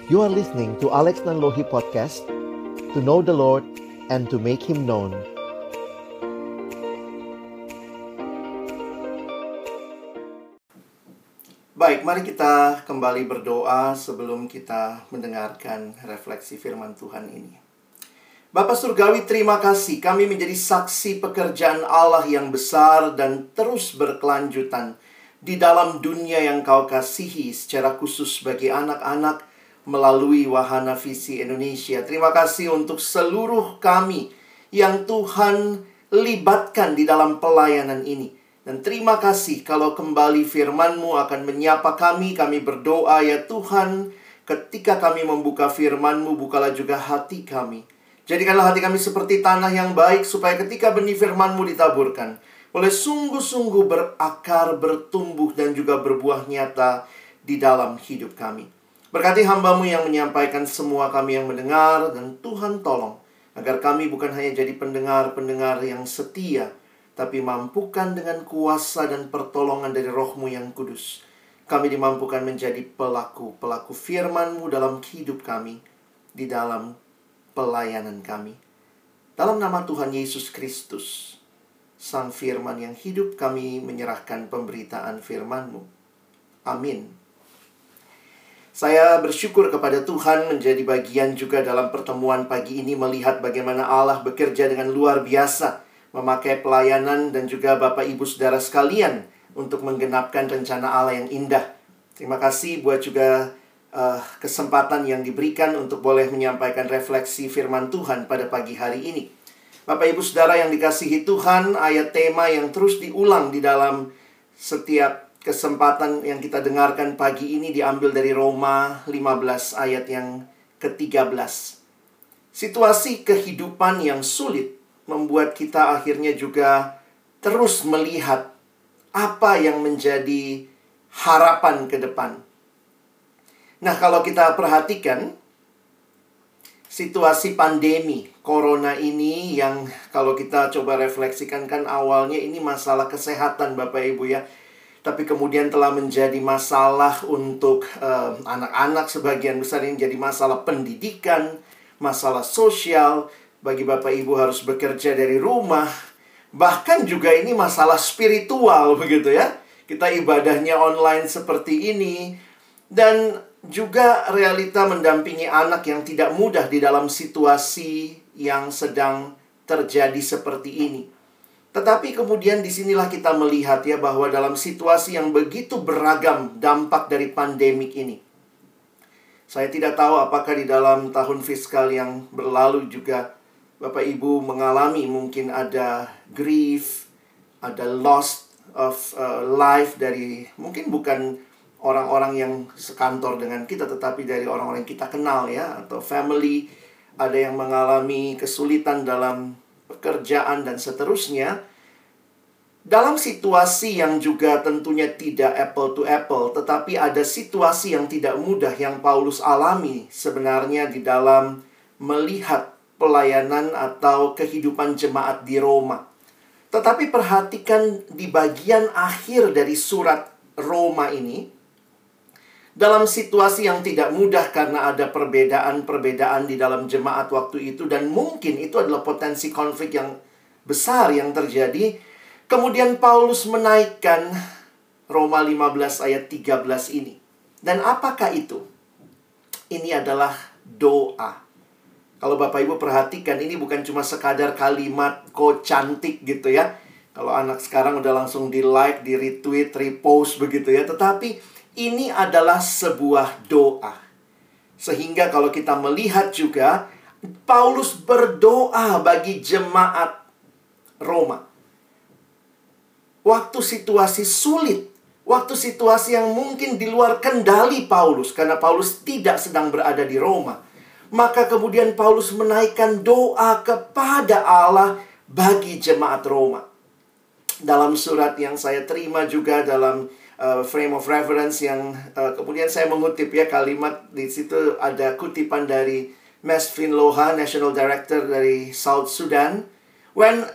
You are listening to Alex Nanlohi Podcast, to know the Lord and to make Him known. Baik, mari kita kembali berdoa sebelum kita mendengarkan refleksi firman Tuhan ini. Bapa Surgawi, terima kasih kami menjadi saksi pekerjaan Allah yang besar dan terus berkelanjutan di dalam dunia yang Kau kasihi, secara khusus bagi anak-anak melalui Wahana Visi Indonesia. Terima kasih untuk seluruh kami yang Tuhan libatkan di dalam pelayanan ini. Dan terima kasih kalau kembali firman-Mu akan menyapa kami. Kami berdoa ya Tuhan, ketika kami membuka firman-Mu, bukalah juga hati kami. Jadikanlah hati kami seperti tanah yang baik, supaya ketika benih firman-Mu ditaburkan, boleh sungguh-sungguh berakar, bertumbuh, dan juga berbuah nyata di dalam hidup kami. Berkati hamba-Mu yang menyampaikan, semua kami yang mendengar, dan Tuhan tolong agar kami bukan hanya jadi pendengar-pendengar yang setia, tapi mampukan dengan kuasa dan pertolongan dari Roh-Mu yang kudus, kami dimampukan menjadi pelaku firman-Mu dalam hidup kami, di dalam pelayanan kami. Dalam nama Tuhan Yesus Kristus, Sang Firman yang hidup, kami menyerahkan pemberitaan firman-Mu. Amin. Saya bersyukur kepada Tuhan menjadi bagian juga dalam pertemuan pagi ini, melihat bagaimana Allah bekerja dengan luar biasa, memakai pelayanan dan juga Bapak Ibu Saudara sekalian untuk menggenapkan rencana Allah yang indah. Terima kasih buat juga kesempatan yang diberikan untuk boleh menyampaikan refleksi firman Tuhan pada pagi hari ini. Bapak Ibu Saudara yang dikasihi Tuhan, ayat tema yang terus diulang di dalam setiap kesempatan yang kita dengarkan pagi ini diambil dari Roma 15 ayat yang ke-13. Situasi kehidupan yang sulit membuat kita akhirnya juga terus melihat apa yang menjadi harapan ke depan. Nah, kalau kita perhatikan situasi pandemi corona ini, yang kalau kita coba refleksikan, kan awalnya ini masalah kesehatan Bapak Ibu ya, tapi kemudian telah menjadi masalah untuk anak-anak, sebagian besar ini jadi masalah pendidikan, masalah sosial. Bagi Bapak Ibu harus bekerja dari rumah. Bahkan juga ini masalah spiritual begitu ya. Kita ibadahnya online seperti ini. Dan juga realita mendampingi anak yang tidak mudah di dalam situasi yang sedang terjadi seperti ini. Tetapi kemudian disinilah kita melihat ya, bahwa dalam situasi yang begitu beragam dampak dari pandemik ini. Saya tidak tahu apakah di dalam tahun fiskal yang berlalu juga Bapak Ibu mengalami mungkin ada grief, ada loss of life dari mungkin bukan orang-orang yang sekantor dengan kita, tetapi dari orang-orang yang kita kenal ya, atau family. Ada yang mengalami kesulitan dalam pekerjaan dan seterusnya. Dalam situasi yang juga tentunya tidak apple to apple, tetapi ada situasi yang tidak mudah yang Paulus alami sebenarnya di dalam melihat pelayanan atau kehidupan jemaat di Roma. Tetapi perhatikan di bagian akhir dari surat Roma ini, dalam situasi yang tidak mudah karena ada perbedaan-perbedaan di dalam jemaat waktu itu, dan mungkin itu adalah potensi konflik yang besar yang terjadi. Kemudian Paulus menaikkan Roma 15 ayat 13 ini. Dan apakah itu? Ini adalah doa. Kalau Bapak Ibu perhatikan, ini bukan cuma sekadar kalimat kok cantik gitu ya. Kalau anak sekarang udah langsung di like, di retweet, repost begitu ya. Tetapi ini adalah sebuah doa. Sehingga kalau kita melihat juga, Paulus berdoa bagi jemaat Roma. Waktu situasi sulit, waktu situasi yang mungkin di luar kendali Paulus, karena Paulus tidak sedang berada di Roma, maka kemudian Paulus menaikkan doa kepada Allah bagi jemaat Roma. Dalam surat yang saya terima juga dalam frame of reference yang kemudian saya mengutip ya, kalimat di situ ada kutipan dari Mesfin Loha, National Director dari South Sudan. When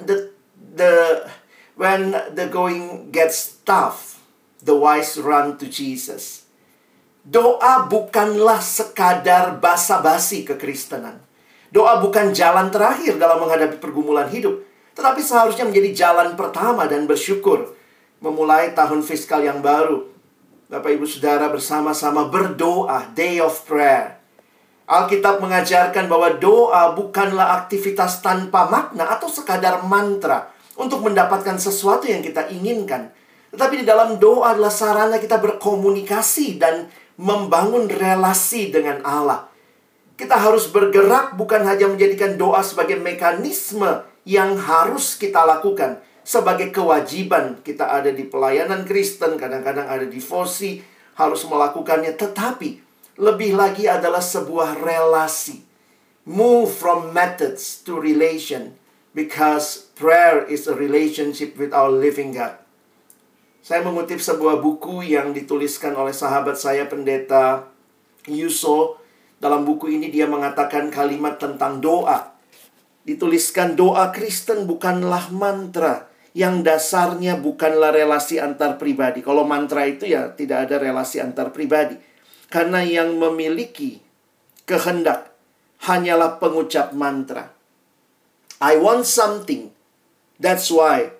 the going gets tough, the wise run to Jesus. Doa bukanlah sekadar basa-basi kekristenan. Doa bukan jalan terakhir dalam menghadapi pergumulan hidup, tetapi seharusnya menjadi jalan pertama dan bersyukur. Memulai tahun fiskal yang baru, Bapak Ibu Saudara bersama-sama berdoa, Day of Prayer. Alkitab mengajarkan bahwa doa bukanlah aktivitas tanpa makna atau sekadar mantra untuk mendapatkan sesuatu yang kita inginkan. Tetapi di dalam doa adalah sarana kita berkomunikasi dan membangun relasi dengan Allah. Kita harus bergerak bukan hanya menjadikan doa sebagai mekanisme yang harus kita lakukan. Sebagai kewajiban kita ada di pelayanan Kristen, kadang-kadang ada di devosi, harus melakukannya. Tetapi lebih lagi adalah sebuah relasi. Move from methods to relation. Because prayer is a relationship with our living God. Saya mengutip sebuah buku yang dituliskan oleh sahabat saya, Pendeta Yuso. Dalam buku ini dia mengatakan kalimat tentang doa. Dituliskan doa Kristen bukanlah mantra yang dasarnya bukanlah relasi antar pribadi. Kalau mantra itu ya tidak ada relasi antar pribadi. Karena yang memiliki kehendak hanyalah pengucap mantra. I want something. That's why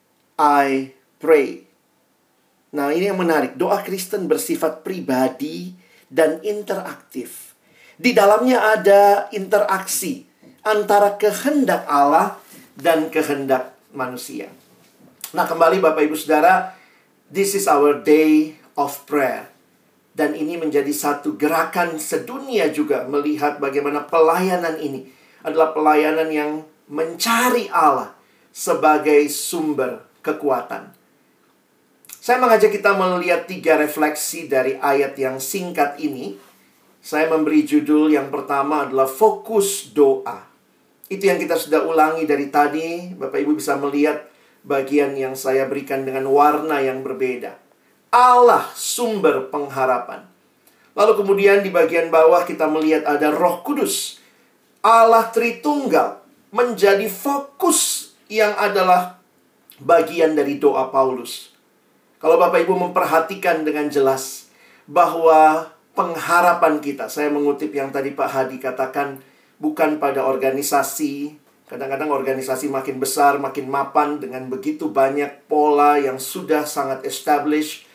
I pray. Nah, ini yang menarik. Doa Kristen bersifat pribadi dan interaktif. Di dalamnya ada interaksi antara kehendak Allah dan kehendak manusia. Nah, kembali Bapak Ibu Saudara, this is our day of prayer. Dan ini menjadi satu gerakan sedunia juga melihat bagaimana pelayanan ini adalah pelayanan yang mencari Allah sebagai sumber kekuatan. Saya mengajak kita melihat 3 refleksi dari ayat yang singkat ini. Saya memberi judul yang pertama adalah fokus doa. Itu yang kita sudah ulangi dari tadi. Bapak Ibu bisa melihat bagian yang saya berikan dengan warna yang berbeda. Allah sumber pengharapan. Lalu kemudian di bagian bawah kita melihat ada Roh Kudus. Allah Tritunggal menjadi fokus yang adalah bagian dari doa Paulus. Kalau Bapak Ibu memperhatikan dengan jelas bahwa pengharapan kita, saya mengutip yang tadi Pak Hadi katakan, bukan pada organisasi. Kadang-kadang organisasi makin besar, makin mapan dengan begitu banyak pola yang sudah sangat established.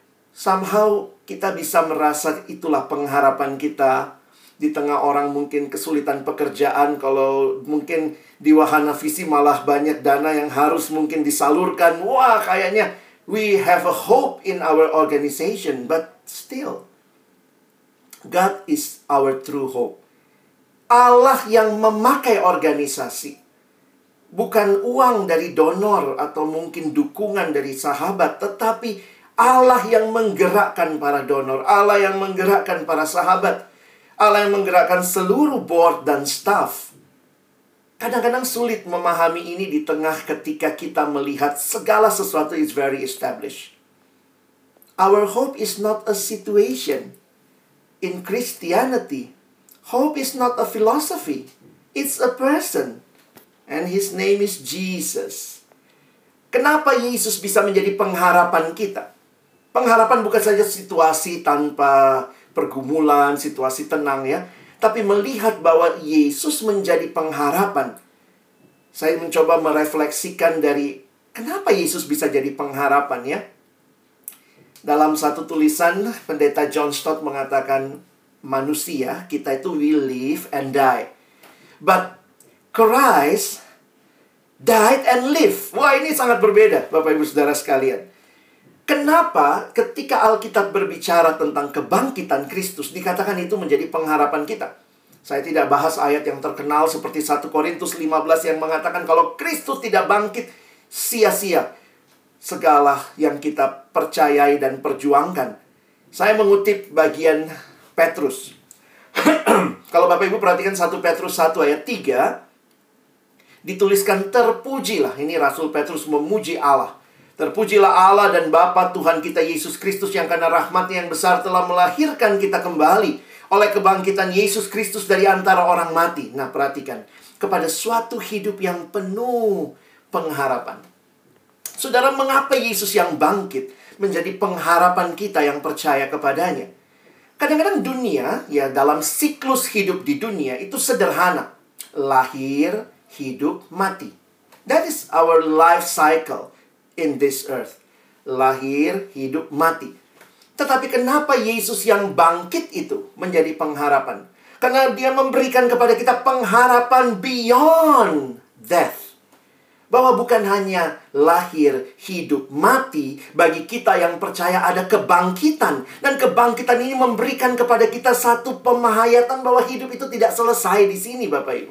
Somehow kita bisa merasa itulah pengharapan kita. Di tengah orang mungkin kesulitan pekerjaan, kalau mungkin di Wahana Visi malah banyak dana yang harus mungkin disalurkan. Wah, kayaknya we have a hope in our organization, but still God is our true hope. Allah yang memakai organisasi. Bukan uang dari donor atau mungkin dukungan dari sahabat, tetapi Allah yang menggerakkan para donor, Allah yang menggerakkan para sahabat, Allah yang menggerakkan seluruh board dan staff. Kadang-kadang sulit memahami ini di tengah ketika kita melihat segala sesuatu is very established. Our hope is not a situation. In Christianity, hope is not a philosophy. It's a person. And His name is Jesus. Kenapa Yesus bisa menjadi pengharapan kita? Pengharapan bukan saja situasi tanpa pergumulan, situasi tenang ya. Tapi melihat bahwa Yesus menjadi pengharapan. Saya mencoba merefleksikan dari kenapa Yesus bisa jadi pengharapan ya. Dalam satu tulisan, Pendeta John Stott mengatakan, manusia, kita itu we live and die. But Christ died and live. Wah, ini sangat berbeda, Bapak Ibu Saudara sekalian. Kenapa ketika Alkitab berbicara tentang kebangkitan Kristus, dikatakan itu menjadi pengharapan kita? Saya tidak bahas ayat yang terkenal seperti 1 Korintus 15 yang mengatakan kalau Kristus tidak bangkit, sia-sia segala yang kita percayai dan perjuangkan. Saya mengutip bagian Petrus. Kalau Bapak Ibu perhatikan 1 Petrus 1 ayat 3, dituliskan terpujilah. Ini Rasul Petrus memuji Allah. Terpujilah Allah dan Bapa Tuhan kita Yesus Kristus yang karena rahmat-Nya yang besar telah melahirkan kita kembali oleh kebangkitan Yesus Kristus dari antara orang mati. Nah, perhatikan. Kepada suatu hidup yang penuh pengharapan. Saudara, mengapa Yesus yang bangkit menjadi pengharapan kita yang percaya kepadanya? Kadang-kadang dunia, ya dalam siklus hidup di dunia itu sederhana. Lahir, hidup, mati. That is our life cycle in this earth. Lahir, hidup, mati. Tetapi kenapa Yesus yang bangkit itu menjadi pengharapan? Karena dia memberikan kepada kita pengharapan beyond death. Bahwa bukan hanya lahir, hidup, mati. Bagi kita yang percaya ada kebangkitan. Dan kebangkitan ini memberikan kepada kita satu pemahayatan bahwa hidup itu tidak selesai di sini, Bapak Ibu.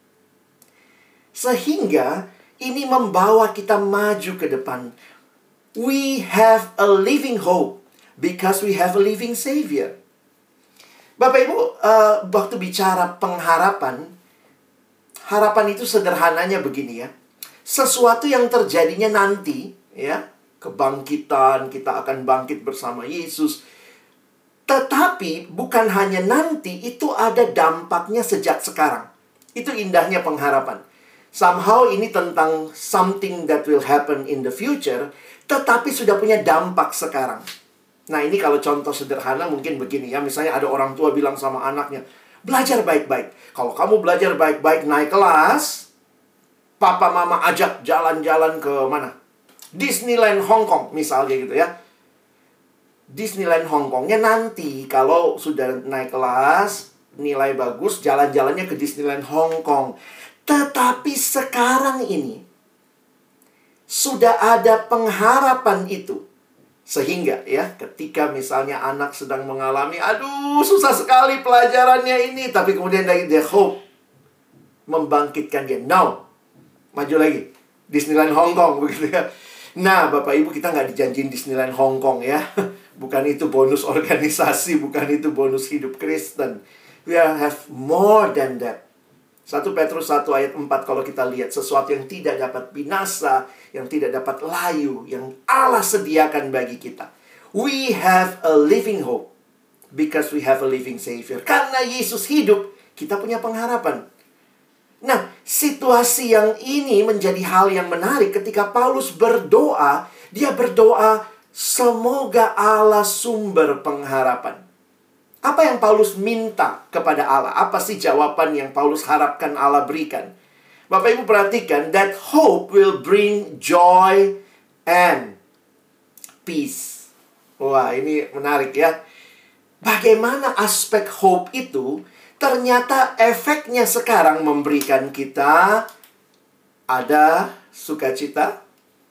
Sehingga ini membawa kita maju ke depan. We have a living hope because we have a living Savior. Bapak Ibu, waktu bicara pengharapan, harapan itu sederhananya begini ya. Sesuatu yang terjadinya nanti, ya, kebangkitan, kita akan bangkit bersama Yesus. Tetapi bukan hanya nanti, itu ada dampaknya sejak sekarang. Itu indahnya pengharapan. Somehow ini tentang something that will happen in the future, tetapi sudah punya dampak sekarang. Nah, ini kalau contoh sederhana mungkin begini ya. Misalnya ada orang tua bilang sama anaknya, belajar baik-baik. Kalau kamu belajar baik-baik naik kelas, papa mama ajak jalan-jalan ke mana? Disneyland Hong Kong misalnya gitu ya. Disneyland Hong Kongnya nanti kalau sudah naik kelas, nilai bagus, jalan-jalannya ke Disneyland Hong Kong. Tetapi sekarang ini sudah ada pengharapan itu. Sehingga ya, ketika misalnya anak sedang mengalami, aduh susah sekali pelajarannya ini, tapi kemudian dia hope membangkitkan dia. No, maju lagi, Disneyland Hong Kong begitu ya. Nah, Bapak Ibu, kita nggak dijanjiin Disneyland Hong Kong ya. Bukan itu bonus organisasi, bukan itu bonus hidup Kristen. We have more than that. 1 Petrus 1 ayat 4 kalau kita lihat, sesuatu yang tidak dapat binasa, yang tidak dapat layu, yang Allah sediakan bagi kita. We have a living hope because we have a living Savior. Karena Yesus hidup, kita punya pengharapan. Nah, situasi yang ini menjadi hal yang menarik ketika Paulus berdoa. Dia berdoa, semoga Allah sumber pengharapan. Apa yang Paulus minta kepada Allah? Apa sih jawaban yang Paulus harapkan Allah berikan? Bapak Ibu perhatikan, that hope will bring joy and peace. Wah, ini menarik ya. Bagaimana aspek hope itu ternyata efeknya sekarang memberikan kita ada sukacita,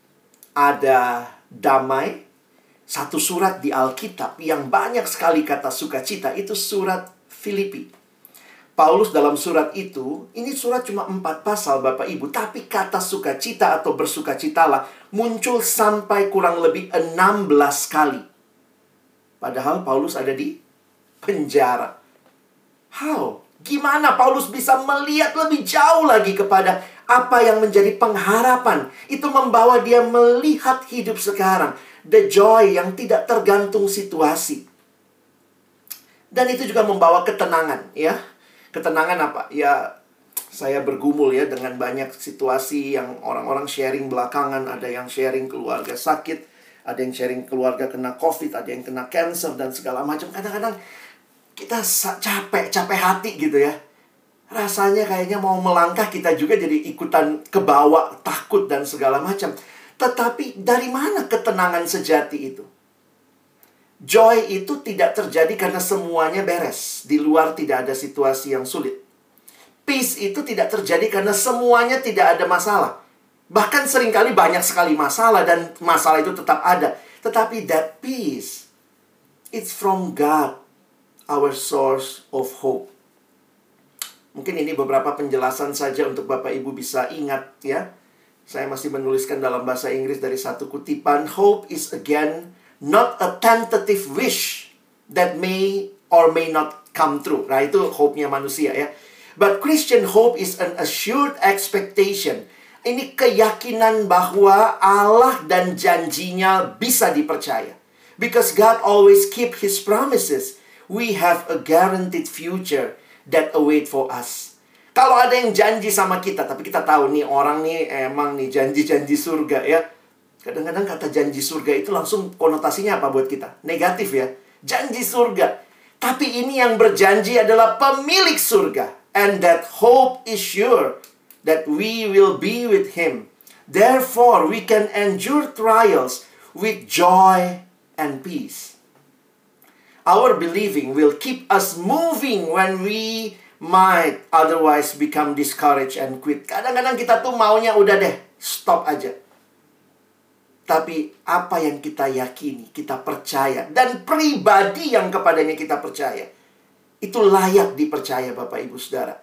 ada damai. Satu surat di Alkitab yang banyak sekali kata sukacita itu surat Filipi. Paulus dalam surat itu, ini surat cuma 4 pasal Bapak Ibu, tapi kata sukacita atau bersukacitalah muncul sampai kurang lebih 16 kali. Padahal Paulus ada di penjara. How? Gimana Paulus bisa melihat lebih jauh lagi kepada apa yang menjadi pengharapan? Itu membawa dia melihat hidup sekarang. The joy yang tidak tergantung situasi. Dan itu juga membawa ketenangan, ya. Ketenangan apa? Ya, saya bergumul ya dengan banyak situasi yang orang-orang sharing belakangan. Ada yang sharing keluarga sakit, ada yang sharing keluarga kena COVID, ada yang kena cancer, dan segala macam. Kadang-kadang kita capek hati gitu ya. Rasanya kayaknya mau melangkah, kita juga jadi ikutan kebawa, takut dan segala macam. Tetapi dari mana ketenangan sejati itu? Joy itu tidak terjadi karena semuanya beres. Di luar tidak ada situasi yang sulit. Peace itu tidak terjadi karena semuanya tidak ada masalah. Bahkan seringkali banyak sekali masalah dan masalah itu tetap ada. Tetapi that peace, it's from God, our source of hope. Mungkin ini beberapa penjelasan saja untuk Bapak Ibu bisa ingat ya. Saya masih menuliskan dalam bahasa Inggris dari satu kutipan. Hope is again not a tentative wish that may or may not come true. Nah, itu hope-nya manusia ya. But Christian hope is an assured expectation. Ini keyakinan bahwa Allah dan janjinya bisa dipercaya. Because God always keep His promises. We have a guaranteed future that await for us. Kalau ada yang janji sama kita, tapi kita tahu nih orang nih emang nih janji-janji surga ya. Kadang-kadang kata janji surga itu langsung konotasinya apa buat kita? Negatif ya. Janji surga. Tapi ini yang berjanji adalah pemilik surga. And that hope is sure that we will be with Him. Therefore, we can endure trials with joy and peace. Our believing will keep us moving when we might otherwise become discouraged and quit. Kadang-kadang kita tuh maunya udah deh, stop aja. Tapi apa yang kita yakini, kita percaya, dan pribadi yang kepadanya kita percaya, itu layak dipercaya Bapak Ibu Saudara.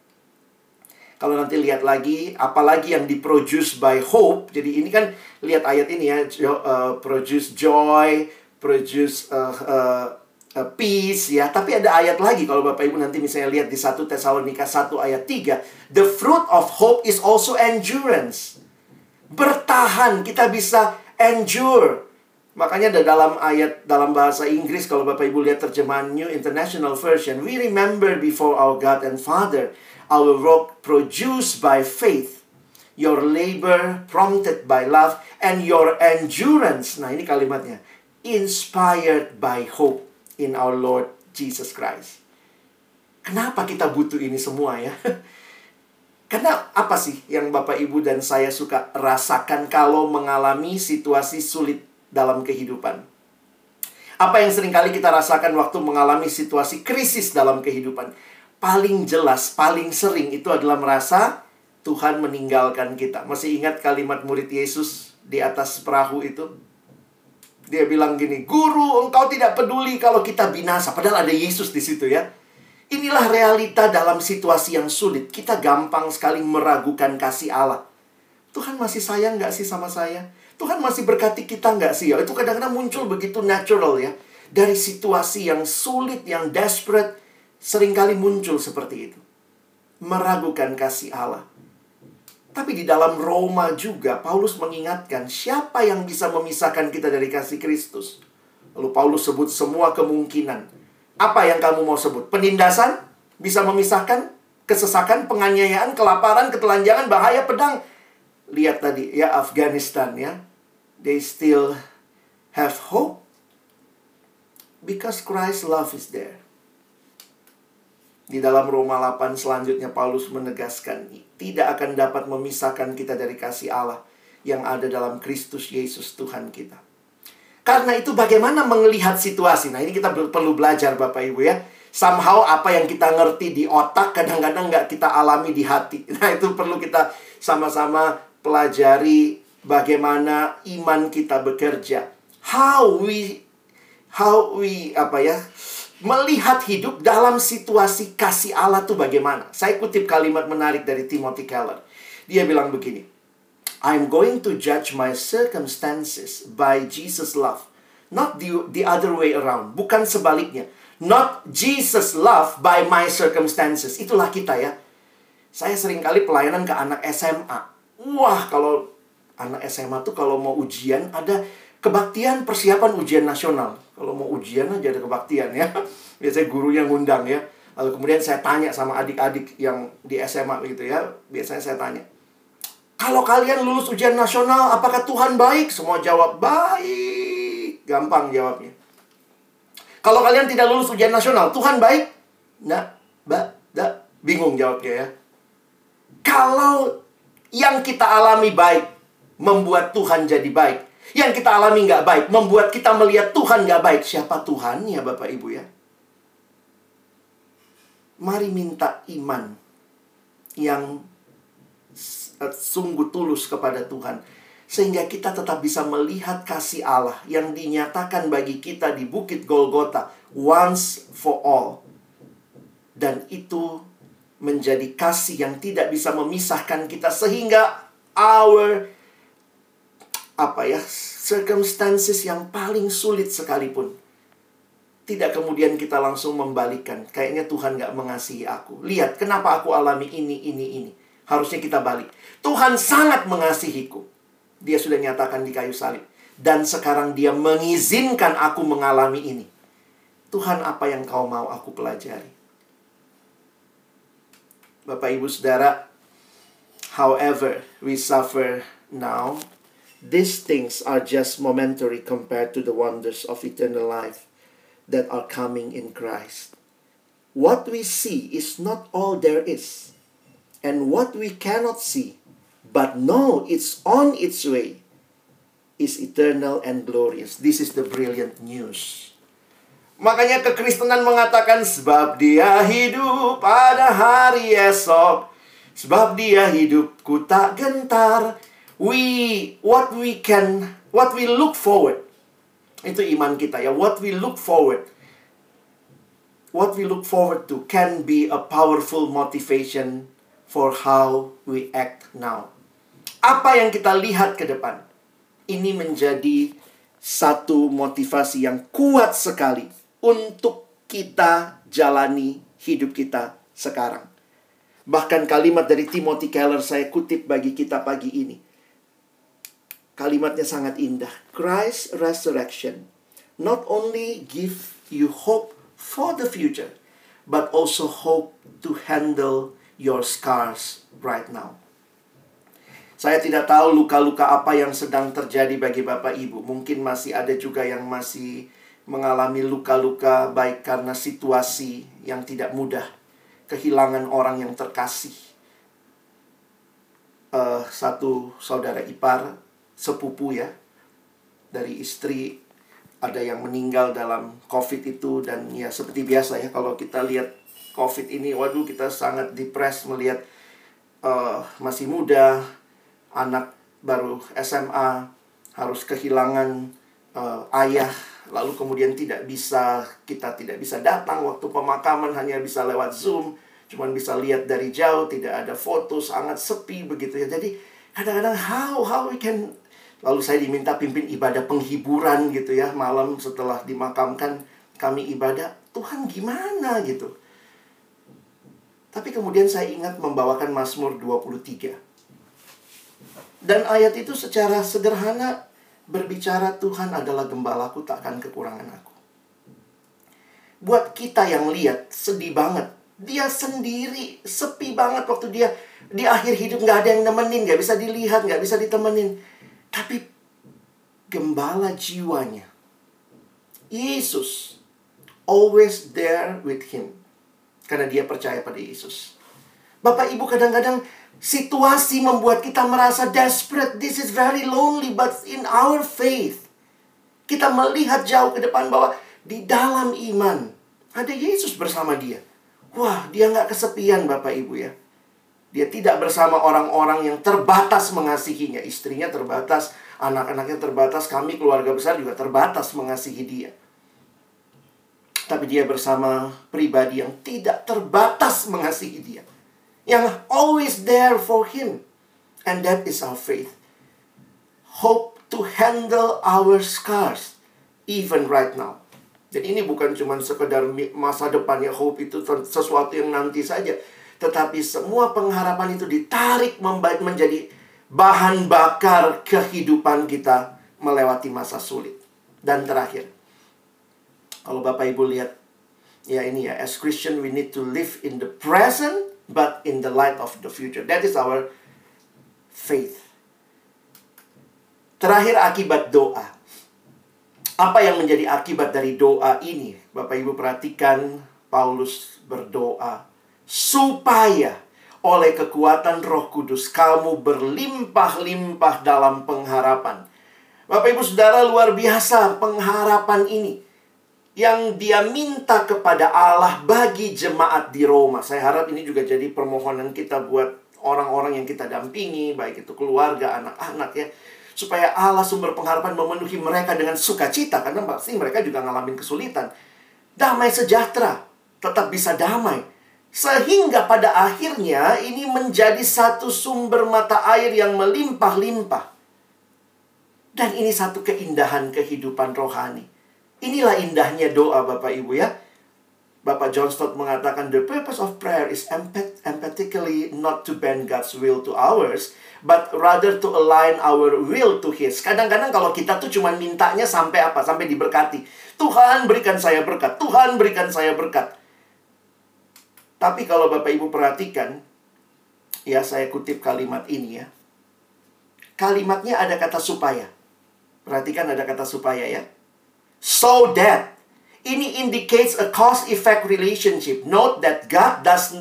Kalau nanti lihat lagi, apalagi yang diproduce by hope. Jadi ini kan, lihat ayat ini ya, produce joy, produce peace ya. Tapi ada ayat lagi kalau Bapak Ibu nanti misalnya lihat di 1 Tesalonika 1 ayat 3. The fruit of hope is also endurance. Bertahan, kita bisa endure. Makanya ada dalam ayat dalam bahasa Inggris, kalau Bapak Ibu lihat terjemahan New International Version, we remember before our God and Father, our work produced by faith, your labor prompted by love, and your endurance, nah ini kalimatnya, inspired by hope in our Lord Jesus Christ. Kenapa kita butuh ini semua ya? Karena apa sih yang Bapak Ibu dan saya suka rasakan kalau mengalami situasi sulit dalam kehidupan? Apa yang seringkali kita rasakan waktu mengalami situasi krisis dalam kehidupan? Paling jelas, paling sering itu adalah merasa Tuhan meninggalkan kita. Masih ingat kalimat murid Yesus di atas perahu itu? Dia bilang gini, "Guru, engkau tidak peduli kalau kita binasa." Padahal ada Yesus di situ ya. Inilah realita dalam situasi yang sulit. Kita gampang sekali meragukan kasih Allah. Tuhan masih sayang nggak sih sama saya? Tuhan masih berkati kita nggak sih ya? Itu kadang-kadang muncul begitu natural ya. Dari situasi yang sulit, yang desperate, seringkali muncul seperti itu. Meragukan kasih Allah. Tapi di dalam Roma juga, Paulus mengingatkan siapa yang bisa memisahkan kita dari kasih Kristus. Lalu Paulus sebut semua kemungkinan. Apa yang kamu mau sebut? Penindasan? Bisa memisahkan? Kesesakan, penganiayaan, kelaparan, ketelanjangan, bahaya, pedang. Lihat tadi ya, Afghanistan ya. They still have hope. Because Christ's love is there. Di dalam Roma 8 selanjutnya Paulus menegaskan, tidak akan dapat memisahkan kita dari kasih Allah yang ada dalam Kristus Yesus Tuhan kita. Karena itu bagaimana melihat situasi. Nah ini kita perlu belajar Bapak Ibu ya. Somehow apa yang kita ngerti di otak kadang-kadang nggak kita alami di hati. Nah itu perlu kita sama-sama pelajari bagaimana iman kita bekerja. How we melihat hidup dalam situasi kasih Allah tuh bagaimana. Saya kutip kalimat menarik dari Timothy Keller. Dia bilang begini, I'm going to judge my circumstances by Jesus' love. Not the other way around. Bukan sebaliknya. Not Jesus' love by my circumstances. Itulah kita ya. Saya seringkali pelayanan ke anak SMA. Wah, kalau anak SMA tuh kalau mau ujian ada kebaktian persiapan ujian nasional. Kalau mau ujian aja ada kebaktian ya. Biasanya gurunya ngundang ya. Lalu kemudian saya tanya sama adik-adik yang di SMA gitu ya. Biasanya saya tanya, kalau kalian lulus ujian nasional, apakah Tuhan baik? Semua jawab, baik. Gampang jawabnya. Kalau kalian tidak lulus ujian nasional, Tuhan baik? Bingung jawabnya ya. Kalau yang kita alami baik, membuat Tuhan jadi baik. Yang kita alami nggak baik, membuat kita melihat Tuhan nggak baik. Siapa Tuhannya Bapak Ibu ya? Mari minta iman yang sungguh tulus kepada Tuhan, sehingga kita tetap bisa melihat kasih Allah yang dinyatakan bagi kita di Bukit Golgota once for all. Dan itu menjadi kasih yang tidak bisa memisahkan kita, sehingga our circumstances yang paling sulit sekalipun tidak kemudian kita langsung membalikkan. Kayaknya Tuhan gak mengasihi aku. Lihat kenapa aku alami ini. Harusnya kita balik. Tuhan sangat mengasihiku. Dia sudah nyatakan di kayu salib. Dan sekarang dia mengizinkan aku mengalami ini. Tuhan, apa yang kau mau aku pelajari? Bapak Ibu Saudara, however we suffer now, these things are just momentary compared to the wonders of eternal life that are coming in Christ. What we see is not all there is. And what we cannot see, but know it's on its way, is eternal and glorious. This is the brilliant news. Makanya kekristenan mengatakan, sebab dia hidup pada hari esok, sebab dia hidup ku tak gentar. What we look forward. Itu iman kita ya. What we look forward to can be a powerful motivation for how we act now. Apa yang kita lihat ke depan, ini menjadi satu motivasi yang kuat sekali untuk kita jalani hidup kita sekarang. Bahkan kalimat dari Timothy Keller saya kutip bagi kita pagi ini. Kalimatnya sangat indah. Christ's resurrection not only give you hope for the future, but also hope to handle your scars right now. Saya tidak tahu luka-luka apa yang sedang terjadi bagi Bapak Ibu. Mungkin masih ada juga yang masih mengalami luka-luka baik karena situasi yang tidak mudah, kehilangan orang yang terkasih. Satu saudara ipar, sepupu ya, dari istri, ada yang meninggal dalam COVID itu. Dan ya seperti biasa ya, kalau kita lihat COVID ini, waduh kita sangat depres melihat masih muda, anak baru SMA, harus kehilangan ayah, lalu kemudian kita tidak bisa datang waktu pemakaman, hanya bisa lewat Zoom, cuman bisa lihat dari jauh, tidak ada foto, sangat sepi begitu ya. Jadi kadang-kadang how we can. Lalu saya diminta pimpin ibadah penghiburan gitu ya, malam setelah dimakamkan kami ibadah. Tuhan gimana gitu. Tapi kemudian saya ingat membawakan Mazmur 23. Dan ayat itu secara sederhana berbicara, Tuhan adalah gembalaku, takkan kekurangan aku. Buat kita yang lihat, sedih banget. Dia sendiri, sepi banget waktu dia di akhir hidup, gak ada yang nemenin, gak bisa dilihat, gak bisa ditemenin. Tapi gembala jiwanya, Yesus, always there with him. Karena dia percaya pada Yesus. Bapak Ibu, kadang-kadang situasi membuat kita merasa desperate. This is very lonely, but in our faith, kita melihat jauh ke depan bahwa di dalam iman ada Yesus bersama dia. Wah, dia gak kesepian Bapak Ibu ya. Dia tidak bersama orang-orang yang terbatas mengasihinya. Istrinya terbatas, anak-anaknya terbatas, kami keluarga besar juga terbatas mengasihi dia. Tapi dia bersama pribadi yang tidak terbatas mengasihi dia, yang always there for him. And that is our faith. Hope to handle our scars, even right now. Jadi ini bukan cuma sekedar masa depan ya, hope itu sesuatu yang nanti saja. Tetapi semua pengharapan itu ditarik menjadi bahan bakar kehidupan kita melewati masa sulit. Dan terakhir, kalau Bapak Ibu lihat, ya ini ya, as Christian we need to live in the present, but in the light of the future. That is our faith. Terakhir, akibat doa. Apa yang menjadi akibat dari doa ini? Bapak Ibu perhatikan, Paulus berdoa supaya oleh kekuatan Roh Kudus kamu berlimpah-limpah dalam pengharapan. Bapak Ibu Saudara, luar biasa pengharapan ini yang dia minta kepada Allah bagi jemaat di Roma. Saya harap ini juga jadi permohonan kita buat orang-orang yang kita dampingi, baik itu keluarga, anak-anak ya, supaya Allah sumber pengharapan memenuhi mereka dengan sukacita, karena pasti mereka juga ngalamin kesulitan. Damai sejahtera, tetap bisa damai. Sehingga pada akhirnya ini menjadi satu sumber mata air yang melimpah-limpah. Dan ini satu keindahan kehidupan rohani. Inilah indahnya doa Bapak Ibu ya. Bapak John Stott mengatakan, the purpose of prayer is empathically not to bend God's will to ours, but rather to align our will to His. Kadang-kadang kalau kita tuh cuma mintanya sampai apa? Sampai diberkati. Tuhan berikan saya berkat, Tuhan berikan saya berkat. Tapi kalau Bapak Ibu perhatikan, ya saya kutip kalimat ini ya. Kalimatnya ada kata supaya. Perhatikan ada kata supaya ya. So that. Ini indicates a cause-effect relationship. Note that God does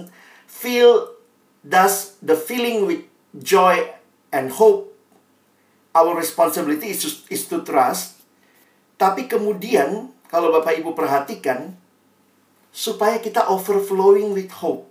the feeling with joy and hope. Our responsibility is to trust. Tapi kemudian, kalau Bapak Ibu perhatikan, supaya kita overflowing with hope.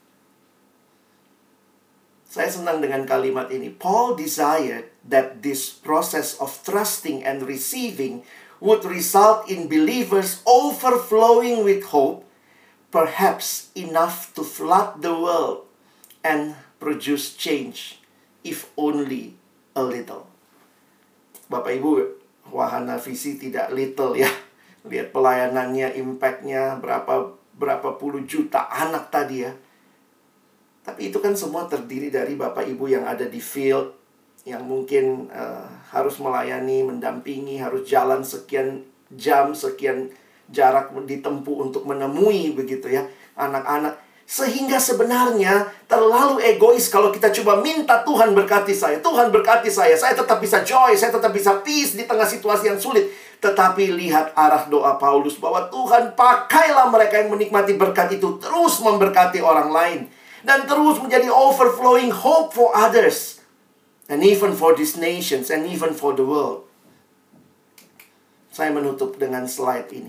Saya senang dengan kalimat ini. Paul desired that this process of trusting and receiving would result in believers overflowing with hope, perhaps enough to flood the world and produce change, if only a little. Bapak Ibu, wahana visi tidak little ya. Lihat pelayanannya, impact-nya, berapa puluh juta anak tadi ya. Tapi itu kan semua terdiri dari Bapak Ibu yang ada di field, yang mungkin harus melayani, mendampingi, harus jalan sekian jam, sekian jarak ditempuh untuk menemui begitu ya anak-anak. Sehingga sebenarnya terlalu egois kalau kita coba minta Tuhan berkati saya. Tuhan berkati saya tetap bisa joy, saya tetap bisa peace di tengah situasi yang sulit. Tetapi lihat arah doa Paulus bahwa Tuhan pakailah mereka yang menikmati berkat itu terus memberkati orang lain. Dan terus menjadi overflowing hope for others. And even for these nations, and even for the world. Saya menutup dengan slide ini.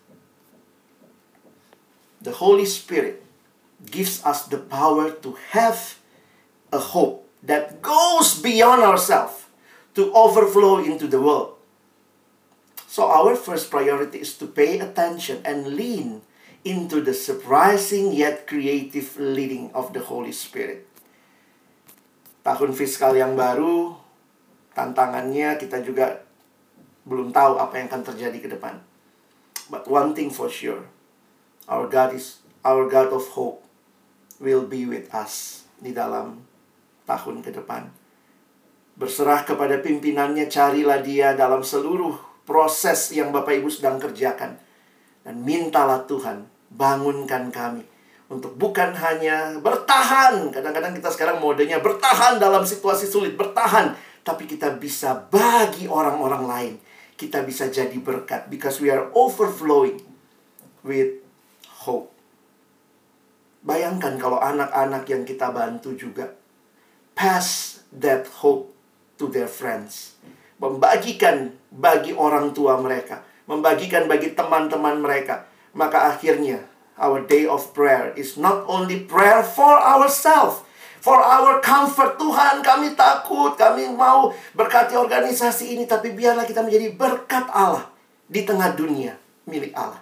The Holy Spirit gives us the power to have a hope that goes beyond ourselves to overflow into the world. So our first priority is to pay attention and lean into the surprising yet creative leading of the Holy Spirit. Tahun fiskal yang baru, tantangannya kita juga belum tahu apa yang akan terjadi ke depan. But one thing for sure, our God of hope will be with us di dalam tahun ke depan. Berserah kepada pimpinannya, carilah dia dalam seluruh proses yang Bapak Ibu sedang kerjakan. Dan mintalah Tuhan, bangunkan kami untuk bukan hanya bertahan. Kadang-kadang kita sekarang modenya bertahan dalam situasi sulit, bertahan. Tapi kita bisa bagi orang-orang lain. Kita bisa jadi berkat. Because we are overflowing with hope. Bayangkan kalau anak-anak yang kita bantu juga pass that hope to their friends. Membagikan bagi orang tua mereka. Membagikan bagi teman-teman mereka. Maka akhirnya, our day of prayer is not only prayer for ourselves, for our comfort. Tuhan, kami takut, kami mau berkati organisasi ini, tapi biarlah kita menjadi berkat Allah di tengah dunia milik Allah.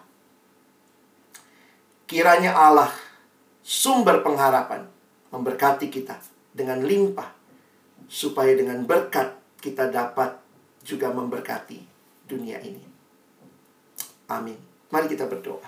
Kiranya Allah, sumber pengharapan, memberkati kita dengan limpah, supaya dengan berkat kita dapat juga memberkati dunia ini. Amin. Mari kita berdoa.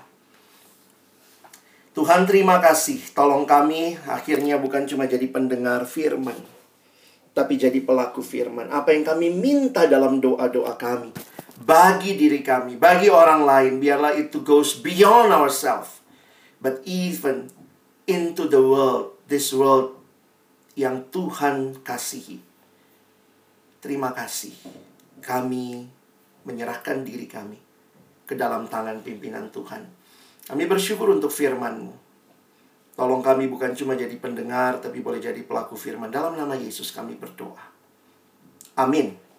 Tuhan, terima kasih. Tolong kami akhirnya bukan cuma jadi pendengar firman, tapi jadi pelaku firman. Apa yang kami minta dalam doa-doa kami, bagi diri kami, bagi orang lain, biarlah itu goes beyond ourselves, but even into the world, this world yang Tuhan kasihi. Terima kasih. Kami menyerahkan diri kami ke dalam tangan pimpinan Tuhan. Kami bersyukur untuk firman-Mu. Tolong kami bukan cuma jadi pendengar, tapi boleh jadi pelaku firman. Dalam nama Yesus kami berdoa. Amin.